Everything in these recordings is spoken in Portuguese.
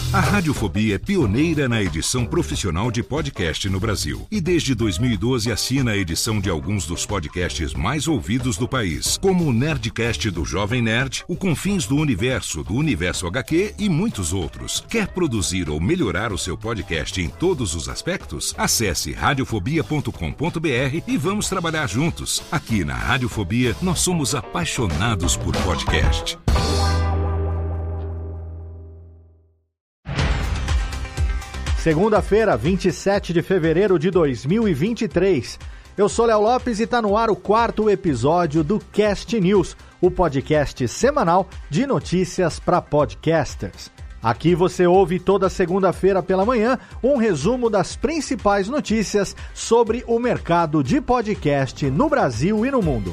A Radiofobia é pioneira na edição profissional de podcast no Brasil. E desde 2012 assina a edição de alguns dos podcasts mais ouvidos do país, como o Nerdcast do Jovem Nerd, o Confins do Universo HQ e muitos outros. Quer produzir ou melhorar o seu podcast em todos os aspectos? Acesse radiofobia.com.br e vamos trabalhar juntos. Aqui na Radiofobia, nós somos apaixonados por podcast. Segunda-feira, 27 de fevereiro de 2023. Eu sou Léo Lopes e está no ar o 4º episódio do Cast News, o podcast semanal de notícias para podcasters. Aqui você ouve toda segunda-feira pela manhã um resumo das principais notícias sobre o mercado de podcast no Brasil e no mundo.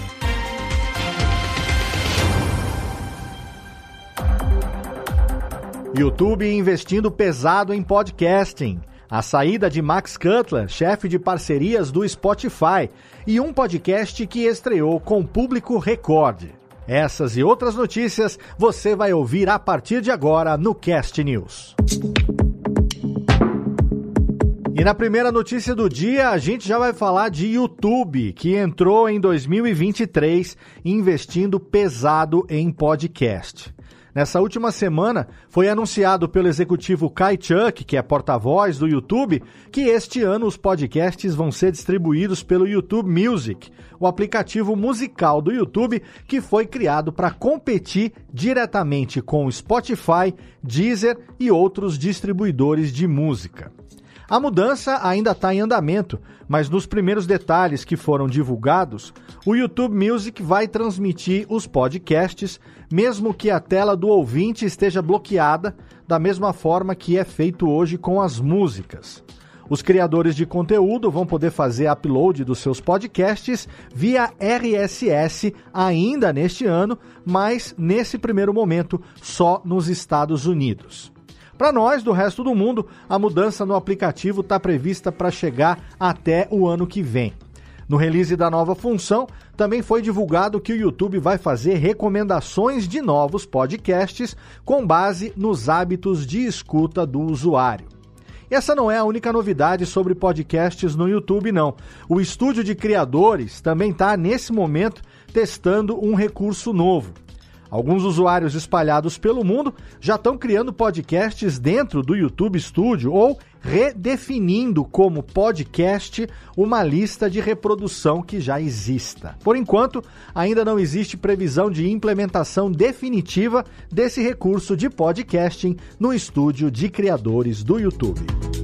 YouTube investindo pesado em podcasting, a saída de Max Cutler, chefe de parcerias do Spotify, e um podcast que estreou com público recorde. Essas e outras notícias você vai ouvir a partir de agora no Cast News. E na primeira notícia do dia, a gente já vai falar de YouTube, que entrou em 2023 investindo pesado em podcast. Nessa última semana, foi anunciado pelo executivo Kai Cenat, que é porta-voz do YouTube, que este ano os podcasts vão ser distribuídos pelo YouTube Music, o aplicativo musical do YouTube que foi criado para competir diretamente com o Spotify, Deezer e outros distribuidores de música. A mudança ainda está em andamento, mas nos primeiros detalhes que foram divulgados, o YouTube Music vai transmitir os podcasts, mesmo que a tela do ouvinte esteja bloqueada, da mesma forma que é feito hoje com as músicas. Os criadores de conteúdo vão poder fazer upload dos seus podcasts via RSS ainda neste ano, mas nesse primeiro momento só nos Estados Unidos. Para nós, do resto do mundo, a mudança no aplicativo está prevista para chegar até o ano que vem. No release da nova função, também foi divulgado que o YouTube vai fazer recomendações de novos podcasts com base nos hábitos de escuta do usuário. E essa não é a única novidade sobre podcasts no YouTube, não. O estúdio de criadores também está, nesse momento, testando um recurso novo. Alguns usuários espalhados pelo mundo já estão criando podcasts dentro do YouTube Studio ou redefinindo como podcast uma lista de reprodução que já exista. Por enquanto, ainda não existe previsão de implementação definitiva desse recurso de podcasting no estúdio de criadores do YouTube.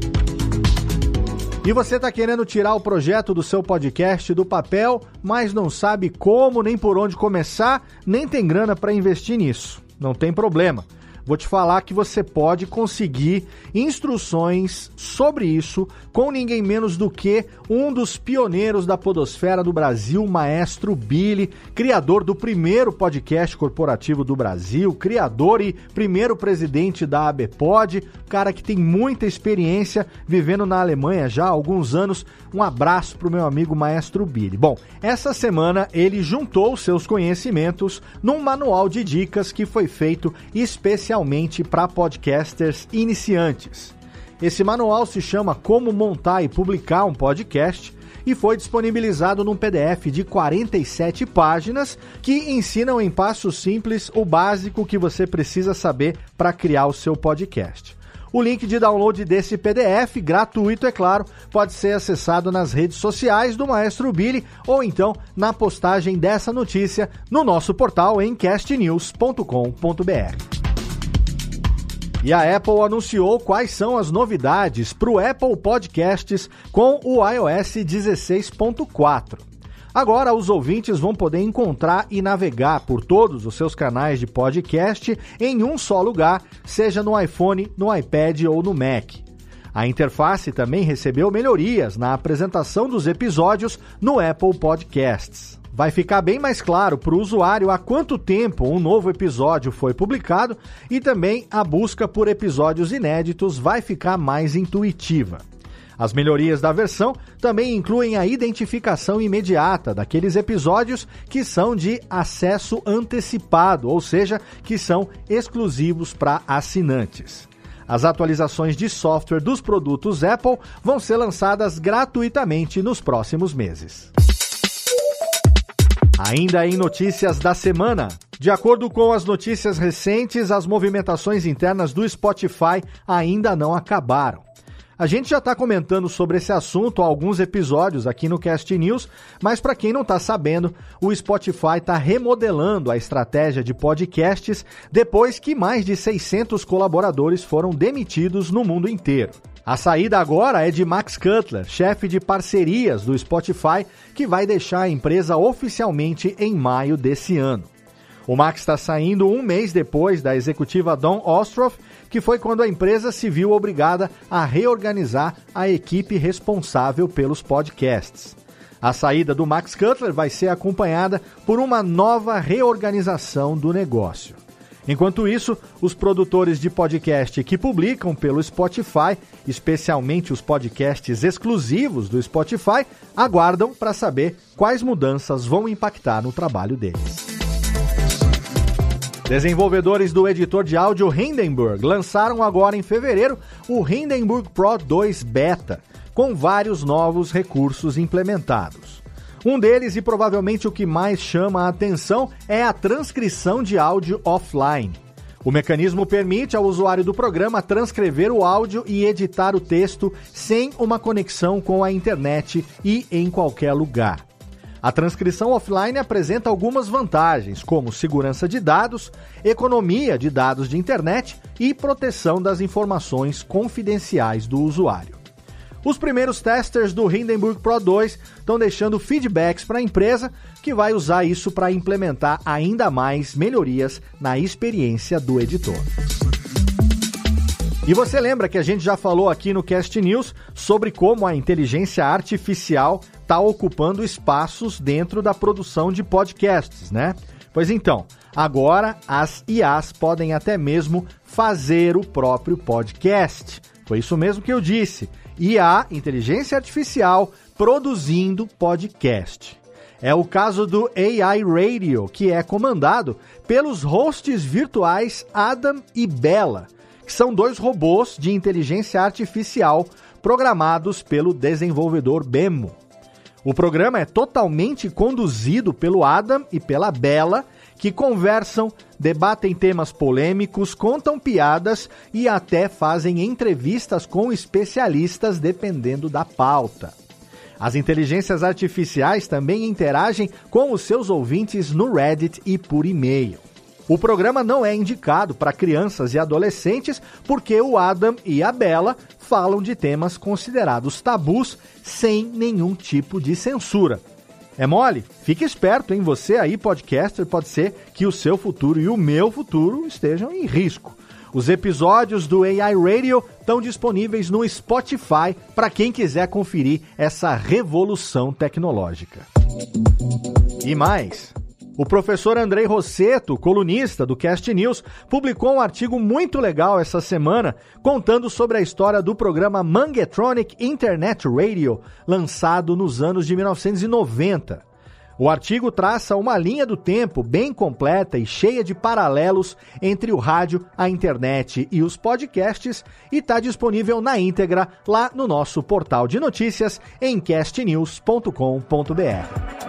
E você está querendo tirar o projeto do seu podcast do papel, mas não sabe como nem por onde começar, nem tem grana para investir nisso. Não tem problema. Vou te falar que você pode conseguir instruções sobre isso com ninguém menos do que um dos pioneiros da podosfera do Brasil, Maestro Billy, criador do primeiro podcast corporativo do Brasil, criador e primeiro presidente da ABPOD, cara que tem muita experiência vivendo na Alemanha já há alguns anos. Um abraço para o meu amigo Maestro Billy. Bom, essa semana ele juntou seus conhecimentos num manual de dicas que foi feito especialmente para podcasters iniciantes. Esse manual se chama Como Montar e Publicar um Podcast e foi disponibilizado num PDF de 47 páginas que ensinam em passos simples o básico que você precisa saber para criar o seu podcast. O link de download desse PDF, gratuito é claro, pode ser acessado nas redes sociais do Maestro Billy ou então na postagem dessa notícia no nosso portal em castnews.com.br. E a Apple anunciou quais são as novidades para o Apple Podcasts com o iOS 16.4. Agora os ouvintes vão poder encontrar e navegar por todos os seus canais de podcast em um só lugar, seja no iPhone, no iPad ou no Mac. A interface também recebeu melhorias na apresentação dos episódios no Apple Podcasts. Vai ficar bem mais claro para o usuário há quanto tempo um novo episódio foi publicado e também a busca por episódios inéditos vai ficar mais intuitiva. As melhorias da versão também incluem a identificação imediata daqueles episódios que são de acesso antecipado, ou seja, que são exclusivos para assinantes. As atualizações de software dos produtos Apple vão ser lançadas gratuitamente nos próximos meses. Ainda em notícias da semana, de acordo com as notícias recentes, as movimentações internas do Spotify ainda não acabaram. A gente já está comentando sobre esse assunto há alguns episódios aqui no Cast News, mas para quem não está sabendo, o Spotify está remodelando a estratégia de podcasts depois que mais de 600 colaboradores foram demitidos no mundo inteiro. A saída agora é de Max Cutler, chefe de parcerias do Spotify, que vai deixar a empresa oficialmente em maio desse ano. O Max está saindo um mês depois da executiva Dawn Ostroff, que foi quando a empresa se viu obrigada a reorganizar a equipe responsável pelos podcasts. A saída do Max Cutler vai ser acompanhada por uma nova reorganização do negócio. Enquanto isso, os produtores de podcast que publicam pelo Spotify, especialmente os podcasts exclusivos do Spotify, aguardam para saber quais mudanças vão impactar no trabalho deles. Desenvolvedores do editor de áudio Hindenburg lançaram agora em fevereiro o Hindenburg Pro 2 Beta, com vários novos recursos implementados. Um deles, e provavelmente o que mais chama a atenção, é a transcrição de áudio offline. O mecanismo permite ao usuário do programa transcrever o áudio e editar o texto sem uma conexão com a internet e em qualquer lugar. A transcrição offline apresenta algumas vantagens, como segurança de dados, economia de dados de internet e proteção das informações confidenciais do usuário. Os primeiros testers do Hindenburg Pro 2 estão deixando feedbacks para a empresa, que vai usar isso para implementar ainda mais melhorias na experiência do editor. E você lembra que a gente já falou aqui no Cast News sobre como a inteligência artificial está ocupando espaços dentro da produção de podcasts, né? Pois então, agora as IAs podem até mesmo fazer o próprio podcast. Foi isso mesmo que eu disse. IA, inteligência artificial, produzindo podcast. É o caso do AI Radio, que é comandado pelos hosts virtuais Adam e Bella, que são dois robôs de inteligência artificial programados pelo desenvolvedor Bemo. O programa é totalmente conduzido pelo Adam e pela Bella, que conversam, debatem temas polêmicos, contam piadas e até fazem entrevistas com especialistas dependendo da pauta. As inteligências artificiais também interagem com os seus ouvintes no Reddit e por e-mail. O programa não é indicado para crianças e adolescentes porque o Adam e a Bella falam de temas considerados tabus sem nenhum tipo de censura. É mole? Fique esperto, hein? Você aí, podcaster, pode ser que o seu futuro e o meu futuro estejam em risco. Os episódios do AI Radio estão disponíveis no Spotify para quem quiser conferir essa revolução tecnológica. E mais... O professor Andrei Rossetto, colunista do Cast News, publicou um artigo muito legal essa semana contando sobre a história do programa Mangatronic Internet Radio, lançado nos anos de 1990. O artigo traça uma linha do tempo bem completa e cheia de paralelos entre o rádio, a internet e os podcasts e está disponível na íntegra lá no nosso portal de notícias em castnews.com.br.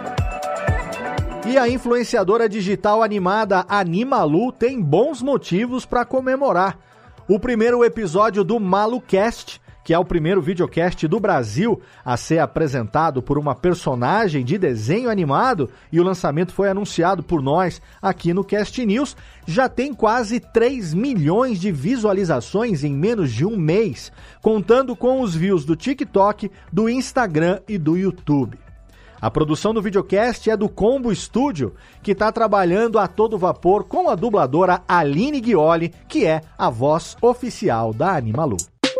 E a influenciadora digital animada Animalu tem bons motivos para comemorar. O primeiro episódio do MaluCast, que é o primeiro videocast do Brasil a ser apresentado por uma personagem de desenho animado, e o lançamento foi anunciado por nós aqui no Cast News, já tem quase 3 milhões de visualizações em menos de um mês, contando com os views do TikTok, do Instagram e do YouTube. A produção do videocast é do Combo Studio, que está trabalhando a todo vapor com a dubladora Aline Ghioli, que é a voz oficial da Animalu.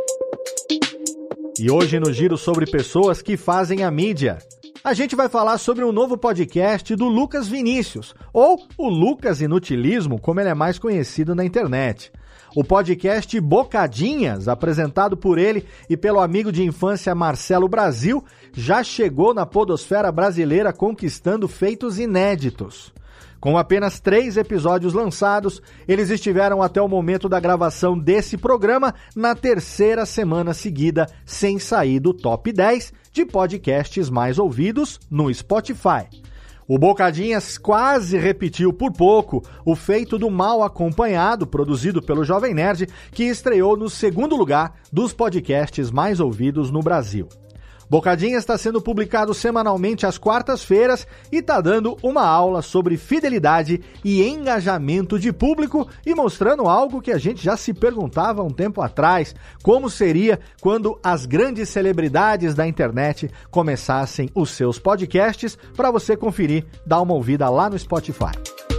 E hoje no Giro sobre pessoas que fazem a mídia, a gente vai falar sobre um novo podcast do Lucas Vinícius, ou o Lucas Inutilismo, como ele é mais conhecido na internet. O podcast Bocadinhas, apresentado por ele e pelo amigo de infância Marcelo Brasil, já chegou na podosfera brasileira conquistando feitos inéditos. Com apenas 3 episódios lançados, eles estiveram até o momento da gravação desse programa na 3ª semana seguida, sem sair do top 10 de podcasts mais ouvidos no Spotify. O Bocadinhas quase repetiu por pouco o feito do Mal Acompanhado, produzido pelo Jovem Nerd, que estreou no 2º lugar dos podcasts mais ouvidos no Brasil. Bocadinhas está sendo publicado semanalmente às quartas-feiras e está dando uma aula sobre fidelidade e engajamento de público e mostrando algo que a gente já se perguntava há um tempo atrás, como seria quando as grandes celebridades da internet começassem os seus podcasts. Para você conferir, dá uma ouvida lá no Spotify.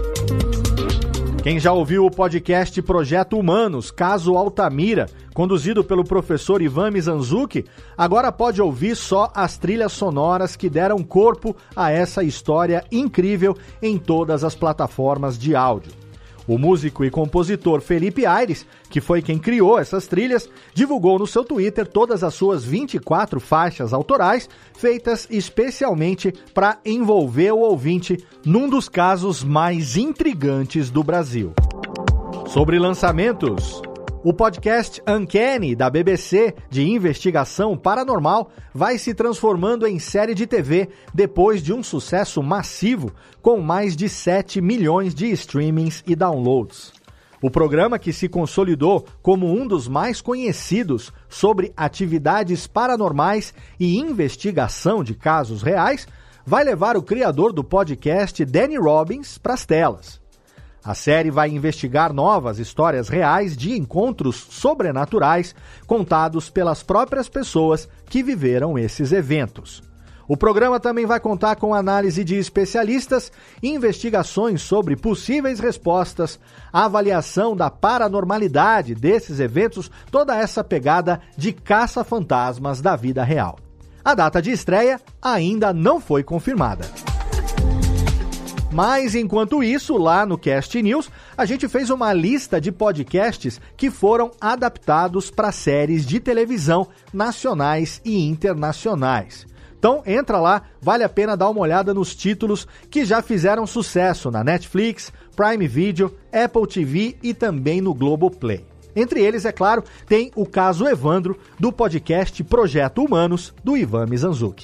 Quem já ouviu o podcast Projeto Humanos, Caso Altamira, conduzido pelo professor Ivan Mizanzuki, agora pode ouvir só as trilhas sonoras que deram corpo a essa história incrível em todas as plataformas de áudio. O músico e compositor Felipe Aires, que foi quem criou essas trilhas, divulgou no seu Twitter todas as suas 24 faixas autorais, feitas especialmente para envolver o ouvinte num dos casos mais intrigantes do Brasil. Sobre lançamentos, o podcast Uncanny, da BBC, de investigação paranormal, vai se transformando em série de TV depois de um sucesso massivo, com mais de 7 milhões de streamings e downloads. O programa, que se consolidou como um dos mais conhecidos sobre atividades paranormais e investigação de casos reais, vai levar o criador do podcast, Danny Robbins, para as telas. A série vai investigar novas histórias reais de encontros sobrenaturais contados pelas próprias pessoas que viveram esses eventos. O programa também vai contar com análise de especialistas, investigações sobre possíveis respostas, avaliação da paranormalidade desses eventos, toda essa pegada de caça-fantasmas da vida real. A data de estreia ainda não foi confirmada. Mas, enquanto isso, lá no Cast News, a gente fez uma lista de podcasts que foram adaptados para séries de televisão nacionais e internacionais. Então, entra lá, vale a pena dar uma olhada nos títulos que já fizeram sucesso na Netflix, Prime Video, Apple TV e também no Globoplay. Entre eles, é claro, tem o Caso Evandro, do podcast Projeto Humanos, do Ivan Mizanzuki.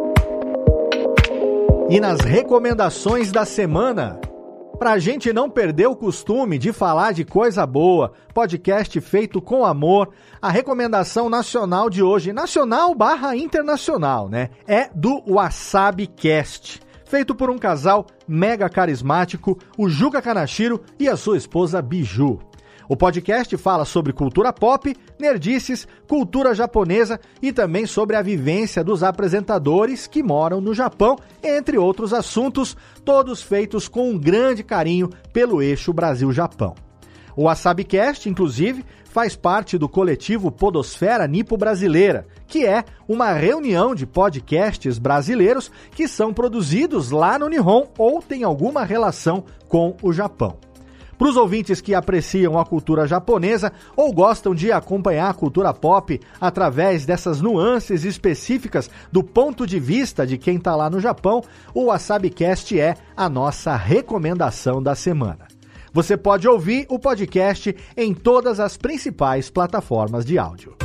E nas recomendações da semana, pra gente não perder o costume de falar de coisa boa, podcast feito com amor, a recomendação nacional de hoje, nacional/internacional, né? É do Wasabi Cast, feito por um casal mega carismático, o Juca Kanashiro e a sua esposa Biju. O podcast fala sobre cultura pop, nerdices, cultura japonesa e também sobre a vivência dos apresentadores que moram no Japão, entre outros assuntos, todos feitos com um grande carinho pelo eixo Brasil-Japão. O WasabiCast, inclusive, faz parte do coletivo Podosfera Nipo-Brasileira, que é uma reunião de podcasts brasileiros que são produzidos lá no Nihon ou têm alguma relação com o Japão. Para os ouvintes que apreciam a cultura japonesa ou gostam de acompanhar a cultura pop através dessas nuances específicas do ponto de vista de quem está lá no Japão, o WasabiCast é a nossa recomendação da semana. Você pode ouvir o podcast em todas as principais plataformas de áudio.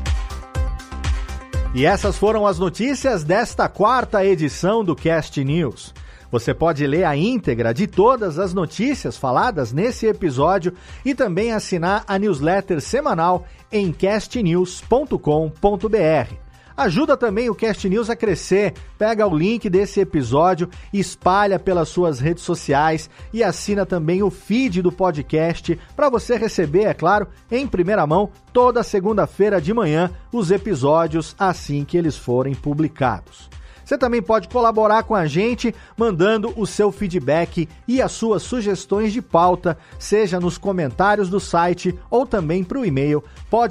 E essas foram as notícias desta 4ª edição do Cast News. Você pode ler a íntegra de todas as notícias faladas nesse episódio e também assinar a newsletter semanal em castnews.com.br. Ajuda também o Cast News a crescer. Pega o link desse episódio, espalha pelas suas redes sociais e assina também o feed do podcast para você receber, é claro, em primeira mão, toda segunda-feira de manhã, os episódios assim que eles forem publicados. Você também pode colaborar com a gente mandando o seu feedback e as suas sugestões de pauta, seja nos comentários do site ou também para o e-mail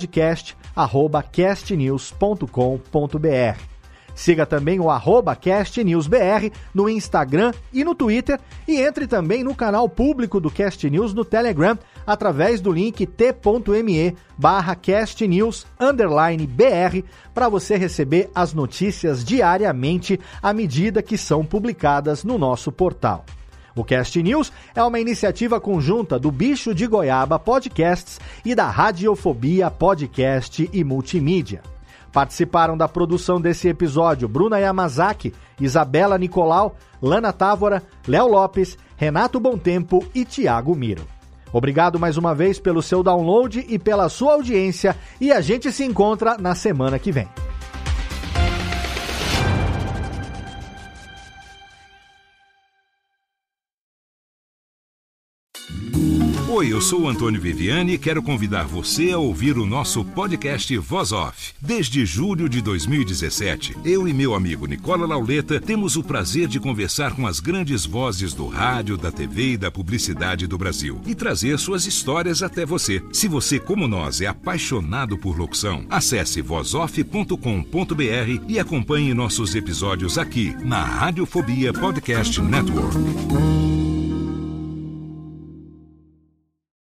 podcast@castnews.com.br. Siga também o @castnewsbr no Instagram e no Twitter e entre também no canal público do Cast News no Telegram através do link t.me/castnews_br para você receber as notícias diariamente à medida que são publicadas no nosso portal. O Cast News é uma iniciativa conjunta do Bicho de Goiaba Podcasts e da Radiofobia Podcast e Multimídia. Participaram da produção desse episódio Bruna Yamazaki, Isabela Nicolau, Lana Távora, Léo Lopes, Renato Bontempo e Thiago Miro. Obrigado mais uma vez pelo seu download e pela sua audiência, e a gente se encontra na semana que vem. Oi, eu sou o Antônio Viviani e quero convidar você a ouvir o nosso podcast Voz Off. Desde julho de 2017, eu e meu amigo Nicola Lauleta temos o prazer de conversar com as grandes vozes do rádio, da TV e da publicidade do Brasil e trazer suas histórias até você. Se você, como nós, é apaixonado por locução, acesse vozoff.com.br e acompanhe nossos episódios aqui na Radiofobia Podcast Network.